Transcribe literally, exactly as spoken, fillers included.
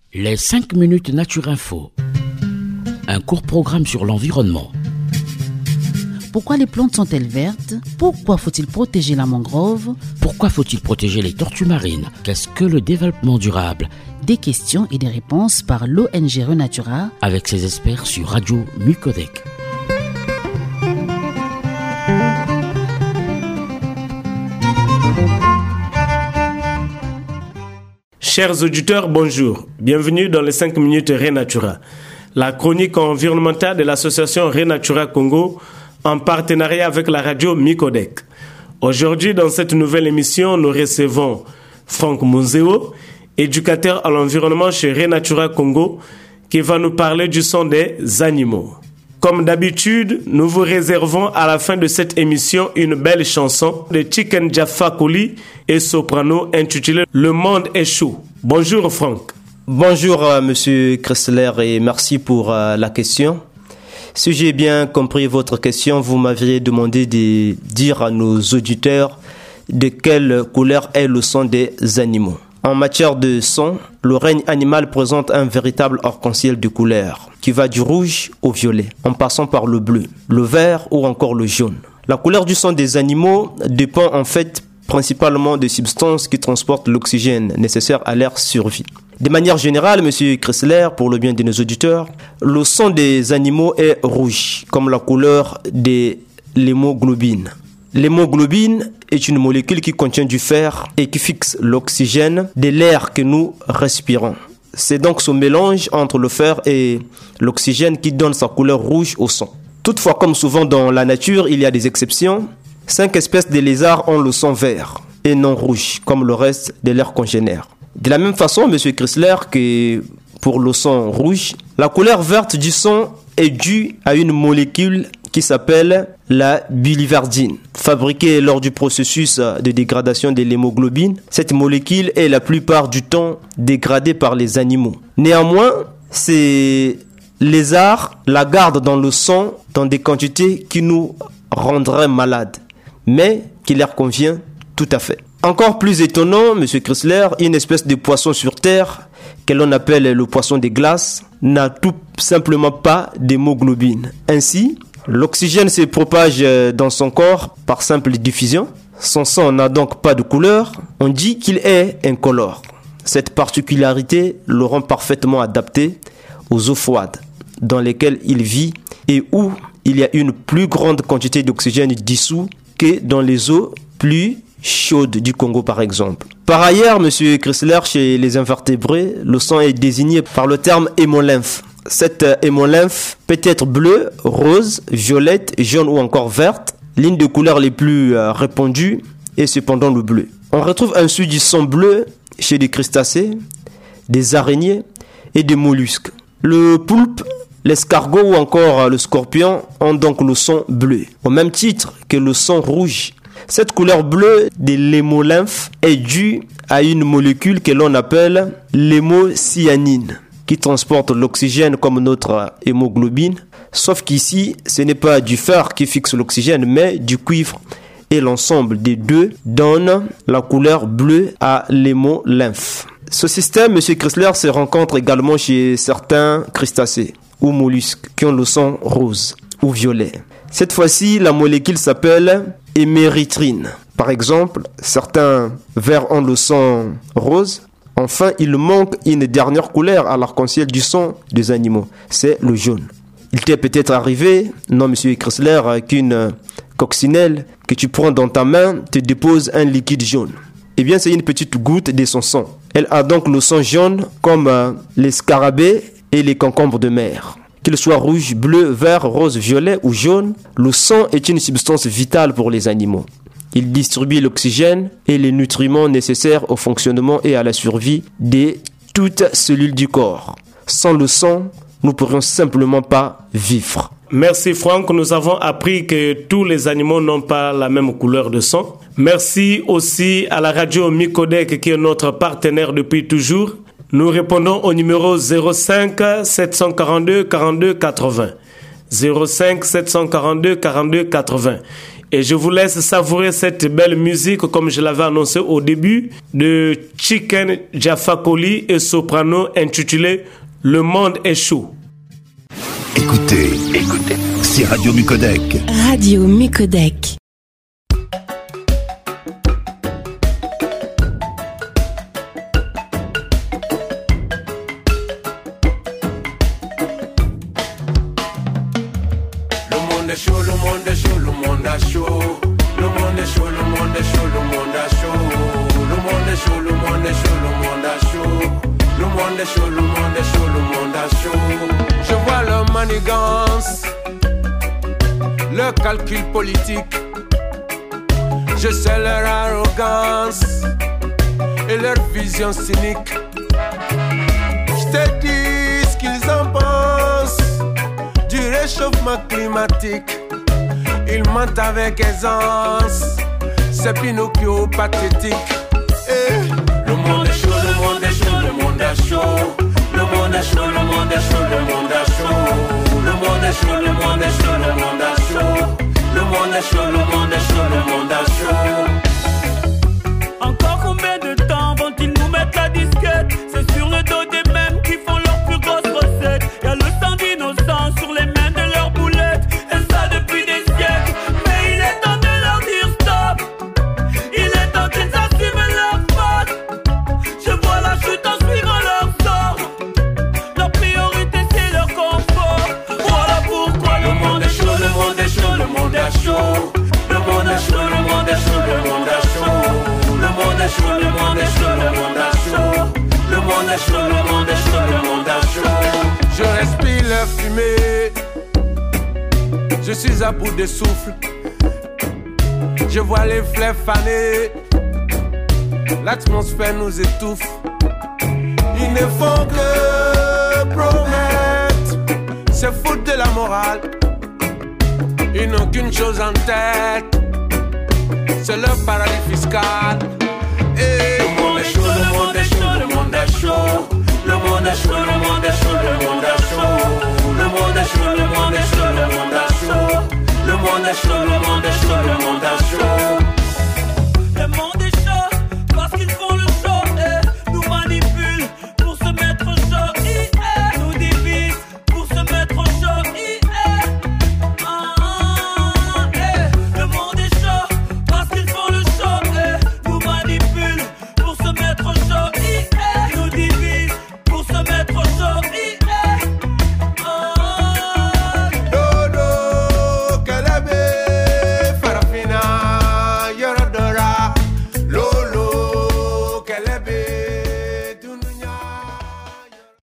Les cinq minutes Nature Info. Un court programme sur l'environnement. Pourquoi les plantes sont-elles vertes? Pourquoi faut-il protéger la mangrove? Pourquoi faut-il protéger les tortues marines? Qu'est-ce que le développement durable? Des questions et des réponses par l'O N G Renatura avec ses experts sur Radio Micodec. Chers auditeurs, bonjour. Bienvenue dans les cinq minutes Renatura, la chronique environnementale de l'association Renatura Congo en partenariat avec la radio Micodec. Aujourd'hui, dans cette nouvelle émission, nous recevons Franck Munzeo, éducateur à l'environnement chez Renatura Congo, qui va nous parler du son des animaux. Comme d'habitude, nous vous réservons à la fin de cette émission une belle chanson de Chicken Jaffa Koli et soprano intitulée « Le monde est chaud ». Bonjour Franck. Bonjour euh, Monsieur Kressler et merci pour euh, la question. Si j'ai bien compris votre question, vous m'aviez demandé de dire à nos auditeurs de quelle couleur est le son des animaux. En matière de son, le règne animal présente un véritable arc-en-ciel de couleurs qui va du rouge au violet, en passant par le bleu, le vert ou encore le jaune. La couleur du son des animaux dépend en fait principalement des substances qui transportent l'oxygène nécessaire à leur survie. De manière générale, Monsieur Kressler, pour le bien de nos auditeurs, le son des animaux est rouge, comme la couleur de l'hémoglobine. L'hémoglobine est une molécule qui contient du fer et qui fixe l'oxygène de l'air que nous respirons. C'est donc ce mélange entre le fer et l'oxygène qui donne sa couleur rouge au son. Toutefois, comme souvent dans la nature, il y a des exceptions. Cinq espèces de lézards ont le son vert et non rouge, comme le reste de leurs congénères. De la même façon, Monsieur Kressler, que pour le son rouge, la couleur verte du son est due à une molécule qui s'appelle la biliverdine. Fabriquée lors du processus de dégradation de l'hémoglobine, cette molécule est la plupart du temps dégradée par les animaux. Néanmoins, ces lézards la gardent dans le sang dans des quantités qui nous rendraient malades, mais qui leur convient tout à fait. Encore plus étonnant, Monsieur Kressler, une espèce de poisson sur terre, que l'on appelle le poisson des glaces, n'a tout simplement pas d'hémoglobine. Ainsi, l'oxygène se propage dans son corps par simple diffusion. Son sang n'a donc pas de couleur. On dit qu'il est incolore. Cette particularité le rend parfaitement adapté aux eaux froides dans lesquelles il vit et où il y a une plus grande quantité d'oxygène dissous que dans les eaux plus chaudes du Congo par exemple. Par ailleurs, Monsieur Kressler, chez les invertébrés, le sang est désigné par le terme hémolymphe. Cette hémolymphe peut être bleue, rose, violette, jaune ou encore verte. L'une des couleurs les plus euh, répandues est cependant le bleu. On retrouve ensuite du sang bleu chez des crustacés, des araignées et des mollusques. Le poulpe, l'escargot ou encore le scorpion ont donc le sang bleu, au même titre que le sang rouge. Cette couleur bleue de l'hémolymphe est due à une molécule que l'on appelle l'hémocyanine, qui transporte l'oxygène comme notre hémoglobine, sauf qu'ici, ce n'est pas du fer qui fixe l'oxygène, mais du cuivre. Et l'ensemble des deux donne la couleur bleue à l'hémolymphe. Ce système, M. Kressler, se rencontre également chez certains crustacés ou mollusques qui ont le sang rose ou violet. Cette fois-ci, la molécule s'appelle hémérythrine. Par exemple, certains vers ont le sang rose. Enfin, il manque une dernière couleur à l'arc-en-ciel du sang des animaux, c'est le jaune. Il t'est peut-être arrivé, non Monsieur Kressler, qu'une coccinelle que tu prends dans ta main te dépose un liquide jaune. Eh bien, c'est une petite goutte de son sang. Elle a donc le sang jaune comme les scarabées et les concombres de mer. Qu'il soit rouge, bleu, vert, rose, violet ou jaune, le sang est une substance vitale pour les animaux. Il distribue l'oxygène et les nutriments nécessaires au fonctionnement et à la survie de toutes cellules du corps. Sans le sang, nous ne pourrions simplement pas vivre. Merci Franck, nous avons appris que tous les animaux n'ont pas la même couleur de sang. Merci aussi à la radio Micodec qui est notre partenaire depuis toujours. Nous répondons au numéro zéro cinq sept cent quarante-deux quarante-deux quatre-vingts. zéro cinq sept cent quarante-deux quarante-deux quatre-vingts. Et je vous laisse savourer cette belle musique, comme je l'avais annoncé au début, de Chicken Jafakoli et soprano intitulé Le monde est chaud. Écoutez, écoutez, c'est Radio Micodec. Radio Micodec. Je vois leur manigance, leur calcul politique, je sais leur arrogance et leur vision cynique. Je te dis ce qu'ils en pensent du réchauffement climatique. Ils mentent avec aisance, c'est Pinocchio pathétique. Et le monde est chaud, le monde est chaud, le monde est chaud. Le monde est chaud, le monde est chaud, le monde est chaud. Le monde est chaud, le monde est chaud, le monde est chaud. Le monde est chaud, le monde est chaud, le monde est chaud. Encore combien de temps vont-ils nous mettre la disquette? C'est sur le dos des mêmes qui font leurs plus grosses recettes. Y'a le sang d'innocents sur les mains de leurs boulettes. Et ça depuis des siècles. Mais il est temps de leur dire stop. Il est temps qu'ils assument leur faute. Je vois la chute en suivant leur sort. Leur priorité c'est leur confort. Voilà pourquoi le monde est chaud, le monde est chaud, le monde est chaud. Le monde est chaud, le monde est chaud, le monde est chaud. Le monde est chaud, le monde est chaud, le monde est chaud. Le monde est chaud, le monde est chaud, le monde est chaud. Je respire leur fumée, je suis à bout de souffle. Je vois les fleurs faner, l'atmosphère nous étouffe. Ils ne font que promettre, c'est foutre de la morale. Ils n'ont qu'une chose en tête, c'est leur paradis fiscal. Et le monde est chaud, le monde est chaud, le monde est chaud. Le monde est chaud, le monde est chaud, le monde est chaud. Le monde est chaud, le monde est chaud, le monde est chaud. Le monde est chaud, le monde est chaud, le monde est chaud.